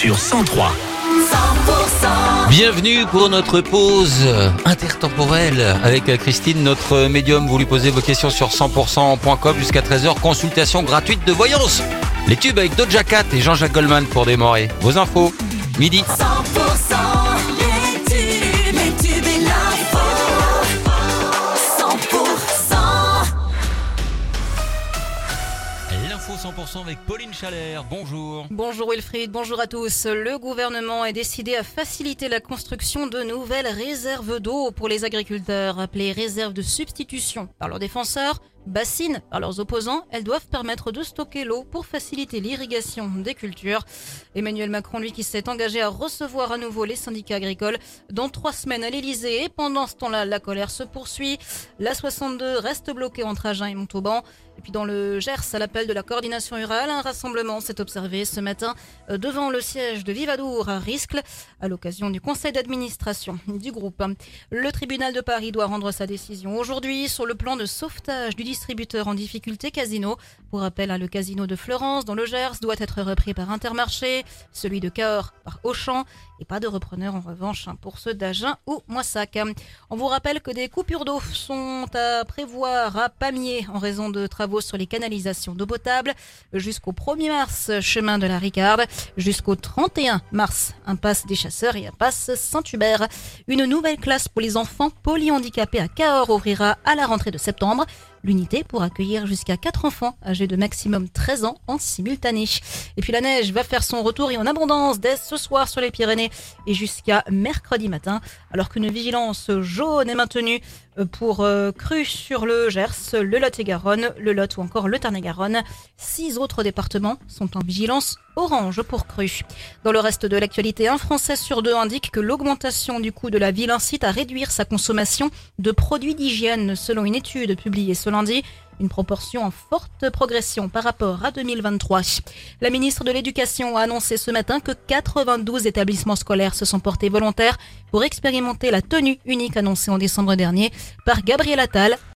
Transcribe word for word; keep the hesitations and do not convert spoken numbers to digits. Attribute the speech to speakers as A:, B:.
A: sur cent trois.
B: Bienvenue pour notre pause intertemporelle avec Christine, notre médium. Vous lui posez vos questions sur cent pour cent point com jusqu'à treize heures. Consultation gratuite de voyance. Les tubes avec Doja Cat et Jean-Jacques Goldman pour démarrer. Vos infos, midi.
C: cent pour cent les tubes, les tubes et l'info. cent pour cent.
B: L'info cent pour cent avec Pauline Chalère. Bonjour.
D: Bonjour Wilfried, bonjour à tous. Le gouvernement est décidé à faciliter la construction de nouvelles réserves d'eau pour les agriculteurs, appelées réserves de substitution par leurs défenseurs, bassines par leurs opposants. Elles doivent permettre de stocker l'eau pour faciliter l'irrigation des cultures. Emmanuel Macron, lui, qui s'est engagé à recevoir à nouveau les syndicats agricoles dans trois semaines à l'Elysée. Et pendant ce temps-là, la colère se poursuit. La soixante-deux reste bloquée entre Agen et Montauban. Et puis dans le Gers, à l'appel de la coordination rurale, un rassemblement s'est observé ce matin devant le siège de Vivadour à Riscle, à l'occasion du conseil d'administration du groupe. Le tribunal de Paris doit rendre sa décision aujourd'hui sur le plan de sauvetage du distributeur en difficulté Casino. Pour rappel, le casino de Fleurance dans le Gers doit être repris par Intermarché, celui de Cahors par Auchan, et pas de repreneur en revanche pour ceux d'Agen ou Moissac. On vous rappelle que des coupures d'eau sont à prévoir à Pamiers en raison de travaux sur les canalisations d'eau potable jusqu'au premier mars, chemin de la Ricarde, jusqu'au trente et un mars, impasse des Chasseurs et impasse Saint-Hubert. Une nouvelle classe pour les enfants polyhandicapés à Cahors ouvrira à la rentrée de septembre. L'unité pour accueillir jusqu'à quatre enfants âgés de maximum treize ans en simultané. Et puis la neige va faire son retour et en abondance dès ce soir sur les Pyrénées et jusqu'à mercredi matin, alors qu'une vigilance jaune est maintenue pour euh, crues sur le Gers, le Lot-et-Garonne, le Lot ou encore le Tarn-et-Garonne. Six autres départements sont en vigilance orange pour crues. Dans le reste de l'actualité, un Français sur deux indique que l'augmentation du coût de la vie l'incite à réduire sa consommation de produits d'hygiène, selon une étude publiée ce lundi. Une proportion en forte progression par rapport à deux mille vingt-trois. La ministre de l'Éducation a annoncé ce matin que quatre-vingt-douze établissements scolaires se sont portés volontaires pour expérimenter la tenue unique annoncée en décembre dernier par Gabriel Attal.